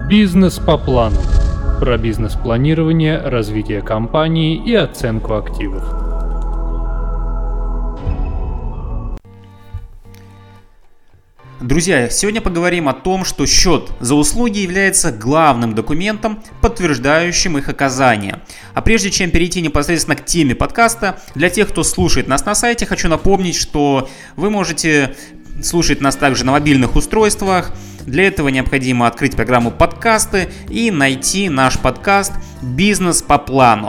Бизнес по плану. Про бизнес-планирование, развитие компании и оценку активов. Друзья, сегодня поговорим о том, что счет за услуги является главным документом, подтверждающим их оказание. А прежде чем перейти непосредственно к теме подкаста, для тех, кто слушает нас на сайте, хочу напомнить, что вы можете слушать нас также на мобильных устройствах. Для этого необходимо открыть программу «Подкасты» и найти наш подкаст «Бизнес по плану».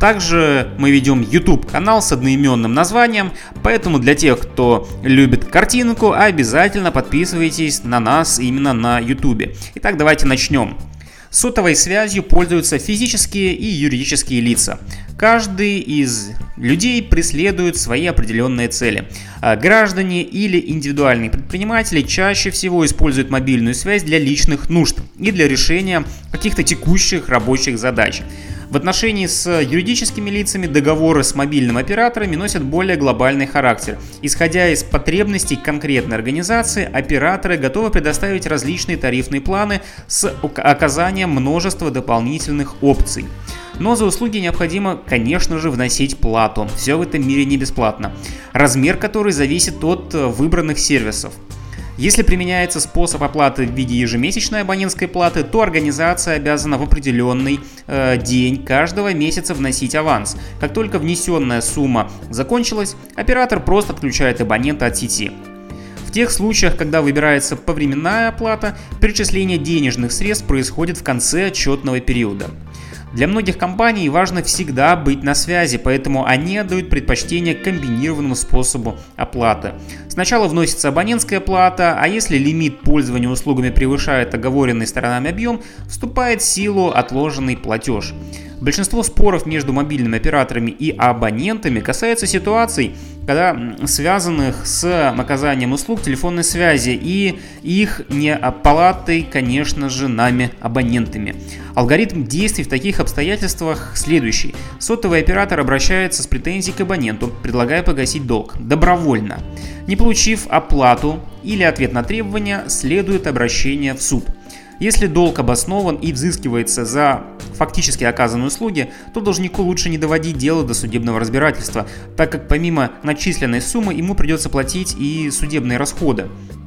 Также мы ведем YouTube-канал с одноименным названием, поэтому для тех, кто любит картинку, обязательно подписывайтесь на нас именно на YouTube. Итак, давайте начнем. Сотовой связью пользуются физические и юридические лица. Каждый из людей преследует свои определенные цели. Граждане или индивидуальные предприниматели чаще всего используют мобильную связь для личных нужд и для решения каких-то текущих рабочих задач. В отношении с юридическими лицами договоры с мобильными операторами носят более глобальный характер. Исходя из потребностей конкретной организации, операторы готовы предоставить различные тарифные планы с оказанием множества дополнительных опций. Но за услуги необходимо, конечно же, вносить плату. Все в этом мире не бесплатно, размер которой зависит от выбранных сервисов. Если применяется способ оплаты в виде ежемесячной абонентской платы, то организация обязана в определенный день каждого месяца вносить аванс. Как только внесенная сумма закончилась, оператор просто отключает абонента от сети. В тех случаях, когда выбирается повременная оплата, перечисление денежных средств происходит в конце отчетного периода. Для многих компаний важно всегда быть на связи, поэтому они отдают предпочтение комбинированному способу оплаты. Сначала вносится абонентская плата, а если лимит пользования услугами превышает оговоренный сторонами объем, вступает в силу отложенный платеж. Большинство споров между мобильными операторами и абонентами касается ситуаций, когда связанных с оказанием услуг телефонной связи и их не оплатой, конечно же, нами, абонентами. Алгоритм действий в таких обстоятельствах следующий. Сотовый оператор обращается с претензией к абоненту, предлагая погасить долг добровольно. Не получив оплату или ответ на требования, следует обращение в суд. Если долг обоснован и взыскивается за фактически оказанные услуги, то должнику лучше не доводить дело до судебного разбирательства, так как помимо начисленной суммы ему придется платить и судебные расходы.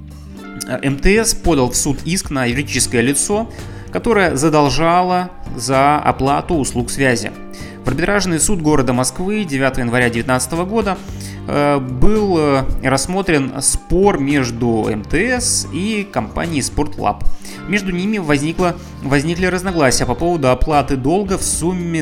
МТС подал в суд иск на юридическое лицо, которое задолжало за оплату услуг связи. В арбитражный суд города Москвы 9 января 2019 года был рассмотрен спор между МТС и компанией Спортлаб. Между ними возникли разногласия по поводу оплаты долга в сумме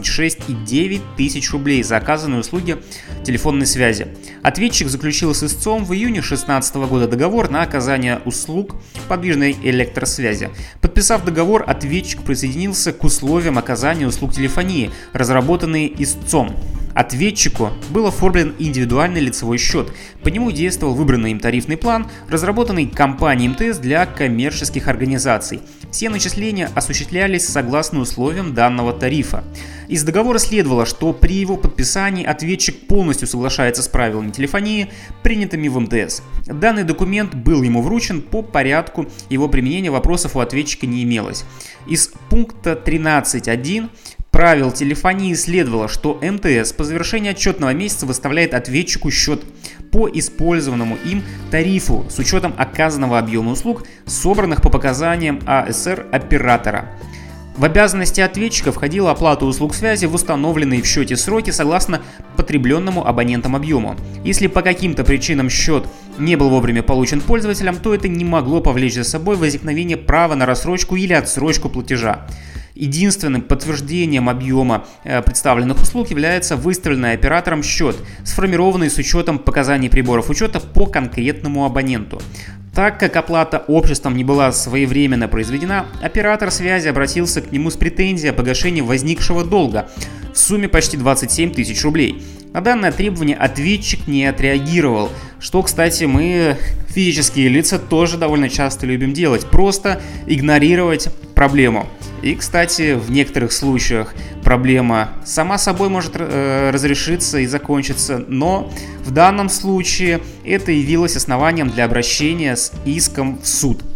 26,9 тысяч рублей за оказанные услуги телефонной связи. Ответчик заключил с истцом в июне 2016 года договор на оказание услуг подвижной электросвязи. Подписав договор, ответчик присоединился к условиям оказания услуг телефонии, разработанные истцом. Ответчику был оформлен индивидуальный лицевой счет. По нему действовал выбранный им тарифный план, разработанный компанией МТС для коммерческих организаций. Все начисления осуществлялись согласно условиям данного тарифа. Из договора следовало, что при его подписании ответчик полностью соглашается с правилами телефонии, принятыми в МТС. Данный документ был ему вручен по порядку, его применения вопросов у ответчика не имелось. Из пункта 13.1 правил телефонии следовало, что МТС по завершении отчетного месяца выставляет ответчику счет по использованному им тарифу с учетом оказанного объема услуг, собранных по показаниям АСР оператора. В обязанности ответчика входила оплата услуг связи в установленные в счете сроки согласно потребленному абонентам объему. Если по каким-то причинам счет не был вовремя получен пользователем, то это не могло повлечь за собой возникновение права на рассрочку или отсрочку платежа. Единственным подтверждением объема представленных услуг является выставленный оператором счет, сформированный с учетом показаний приборов учета по конкретному абоненту. Так как оплата обществом не была своевременно произведена, оператор связи обратился к нему с претензией о погашении возникшего долга в сумме почти 27 тысяч рублей. На данное требование ответчик не отреагировал, что, кстати, мы, физические лица, тоже довольно часто любим делать, просто игнорировать проблему. И, кстати, в некоторых случаях проблема сама собой может разрешиться и закончиться, но в данном случае это явилось основанием для обращения с иском в суд.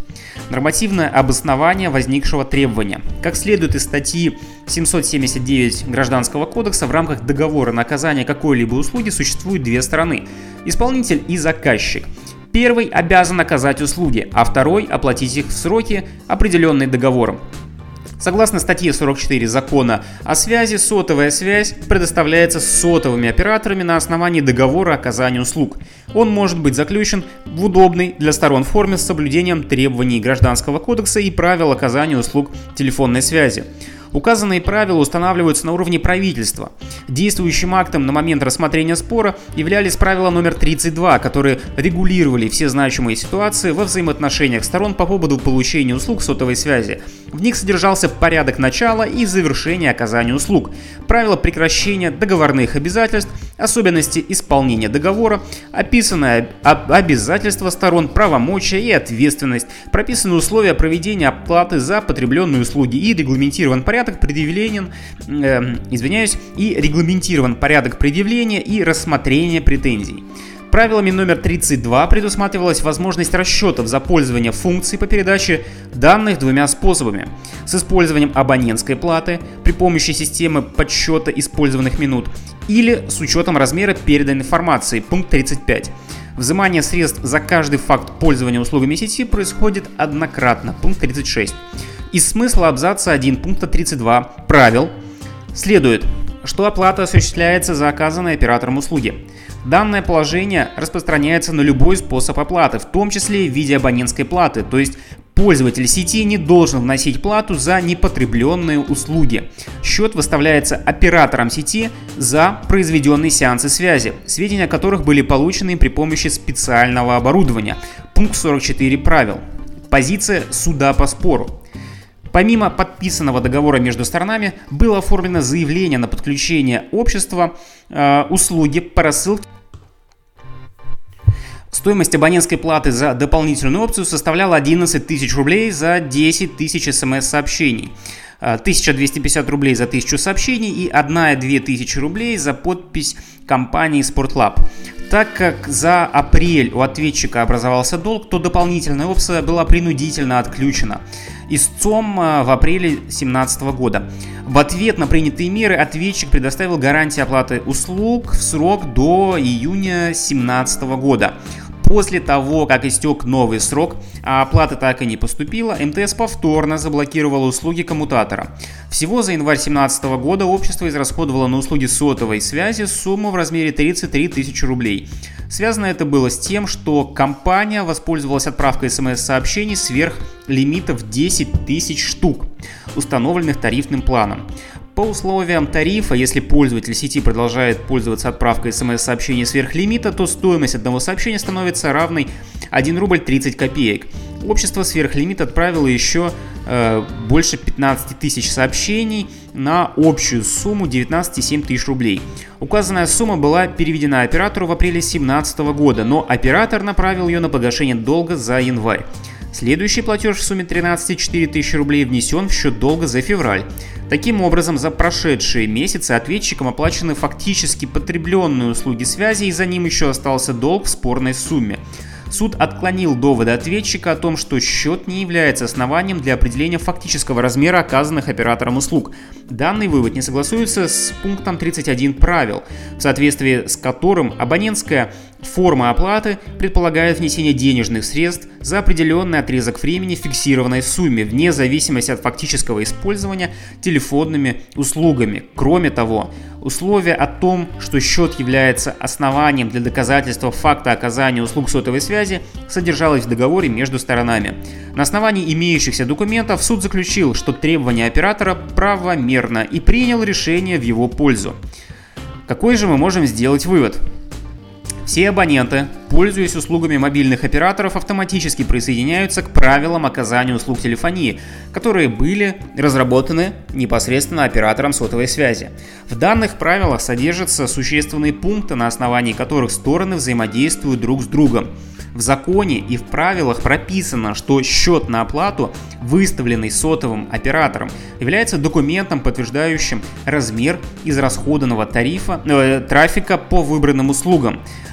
нормативное обоснование возникшего требования. Как следует из статьи 779 Гражданского кодекса, в рамках договора на оказание какой-либо услуги существуют две стороны – исполнитель и заказчик. Первый обязан оказать услуги, а второй – оплатить их в сроки, определенные договором. Согласно статье 44 Закона о связи, сотовая связь предоставляется сотовыми операторами на основании договора оказания услуг. Он может быть заключен в удобной для сторон форме с соблюдением требований Гражданского кодекса и правил оказания услуг телефонной связи. Указанные правила устанавливаются на уровне правительства. Действующим актом на момент рассмотрения спора являлись правила номер 32, которые регулировали все значимые ситуации во взаимоотношениях сторон по поводу получения услуг сотовой связи. В них содержался порядок начала и завершения оказания услуг, правила прекращения договорных обязательств, особенности исполнения договора, описанные обязательства сторон, правомочия и ответственность, прописаны условия проведения оплаты за потребленные услуги и регламентирован порядок предъявления и рассмотрения претензий. Правилами номер 32 предусматривалась возможность расчетов за пользование функций по передаче данных двумя способами: с использованием абонентской платы при помощи системы подсчета использованных минут или с учетом размера переданной информации, пункт 35. Взимание средств за каждый факт пользования услугами сети происходит однократно, пункт 36. Из смысла абзаца 1 пункта 32 правил следует, что оплата осуществляется за оказанные оператором услуги. Данное положение распространяется на любой способ оплаты, в том числе в виде абонентской платы, то есть пользователь сети не должен вносить плату за непотребленные услуги. Счет выставляется оператором сети за произведенные сеансы связи, сведения о которых были получены при помощи специального оборудования. Пункт 44 правил. Позиция суда по спору. Помимо подписанного договора между сторонами, было оформлено заявление на подключение общества услуги по рассылке. Стоимость абонентской платы за дополнительную опцию составляла 11 тысяч рублей за 10 тысяч смс-сообщений, 1250 рублей за 1000 сообщений и 1-2 тысячи рублей за подпись компании Sportlab. Так как за апрель у ответчика образовался долг, то дополнительная опция была принудительно отключена истцом в апреле 2017 года. В ответ на принятые меры ответчик предоставил гарантии оплаты услуг в срок до июня 2017 года. После того, как истек новый срок, а оплаты так и не поступило, МТС повторно заблокировало услуги коммутатора. Всего за январь 2017 года общество израсходовало на услуги сотовой связи сумму в размере 33 тысячи рублей. Связано это было с тем, что компания воспользовалась отправкой смс-сообщений сверх лимитов 10 тысяч штук, установленных тарифным планом. По условиям тарифа, если пользователь сети продолжает пользоваться отправкой смс-сообщений сверх лимита, то стоимость одного сообщения становится равной 1 рубль 30 копеек. Общество сверхлимит отправило еще больше 15 тысяч сообщений на общую сумму 19,7 тысяч рублей. Указанная сумма была переведена оператору в апреле 2017 года, но оператор направил ее на погашение долга за январь. Следующий платеж в сумме 13,4 тысячи рублей внесен в счет долга за февраль. Таким образом, за прошедшие месяцы ответчикам оплачены фактически потребленные услуги связи, и за ним еще остался долг в спорной сумме. Суд отклонил доводы ответчика о том, что счет не является основанием для определения фактического размера оказанных оператором услуг. Данный вывод не согласуется с пунктом 31 правил, в соответствии с которым абонентская форма оплаты предполагает внесение денежных средств за определенный отрезок времени в фиксированной сумме, вне зависимости от фактического использования телефонными услугами. Кроме того, условие о том, что счет является основанием для доказательства факта оказания услуг сотовой связи, содержалось в договоре между сторонами. На основании имеющихся документов суд заключил, что требование оператора правомерно, и принял решение в его пользу. Какой же мы можем сделать вывод? Все абоненты, пользуясь услугами мобильных операторов, автоматически присоединяются к правилам оказания услуг телефонии, которые были разработаны непосредственно оператором сотовой связи. В данных правилах содержатся существенные пункты, на основании которых стороны взаимодействуют друг с другом. В законе и в правилах прописано, что счет на оплату, выставленный сотовым оператором, является документом, подтверждающим размер израсходованного трафика по выбранным услугам.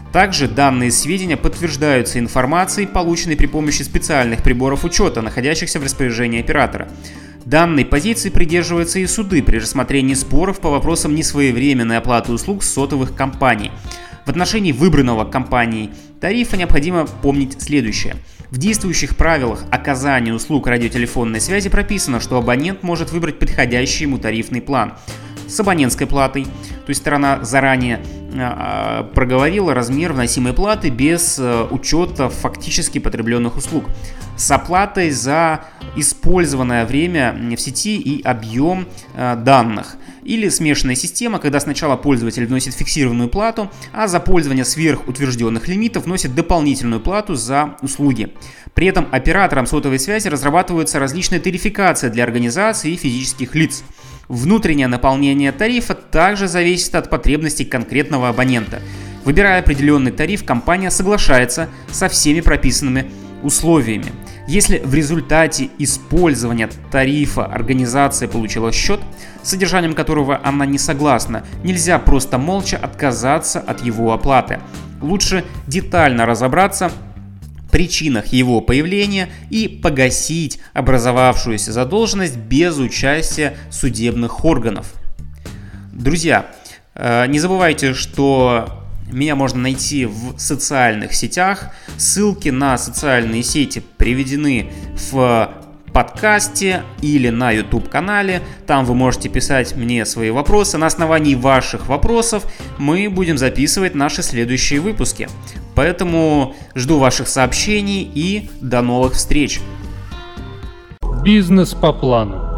Также данные сведения подтверждаются информацией, полученной при помощи специальных приборов учета, находящихся в распоряжении оператора. Данной позиции придерживаются и суды при рассмотрении споров по вопросам несвоевременной оплаты услуг сотовых компаний. В отношении выбранного компанией тарифа необходимо помнить следующее. В действующих правилах оказания услуг радиотелефонной связи прописано, что абонент может выбрать подходящий ему тарифный план с абонентской платой, то есть сторона заранее проговорила размер вносимой платы без учета фактически потребленных услуг, с оплатой за использованное время в сети и объем данных. Или смешанная система, когда сначала пользователь вносит фиксированную плату, а за пользование сверх утвержденных лимитов вносит дополнительную плату за услуги. При этом операторам сотовой связи разрабатываются различные тарификации для организаций и физических лиц. Внутреннее наполнение тарифа также зависит от потребностей конкретного абонента. Выбирая определенный тариф, компания соглашается со всеми прописанными условиями. Если в результате использования тарифа организация получила счет, с содержанием которого она не согласна, нельзя просто молча отказаться от его оплаты. Лучше детально разобраться в причинах его появления и погасить образовавшуюся задолженность без участия судебных органов. Друзья, не забывайте, что меня можно найти в социальных сетях. Ссылки на социальные сети приведены в подкасте или на YouTube-канале. Там вы можете писать мне свои вопросы. На основании ваших вопросов мы будем записывать наши следующие выпуски. Поэтому жду ваших сообщений и до новых встреч. Бизнес по плану.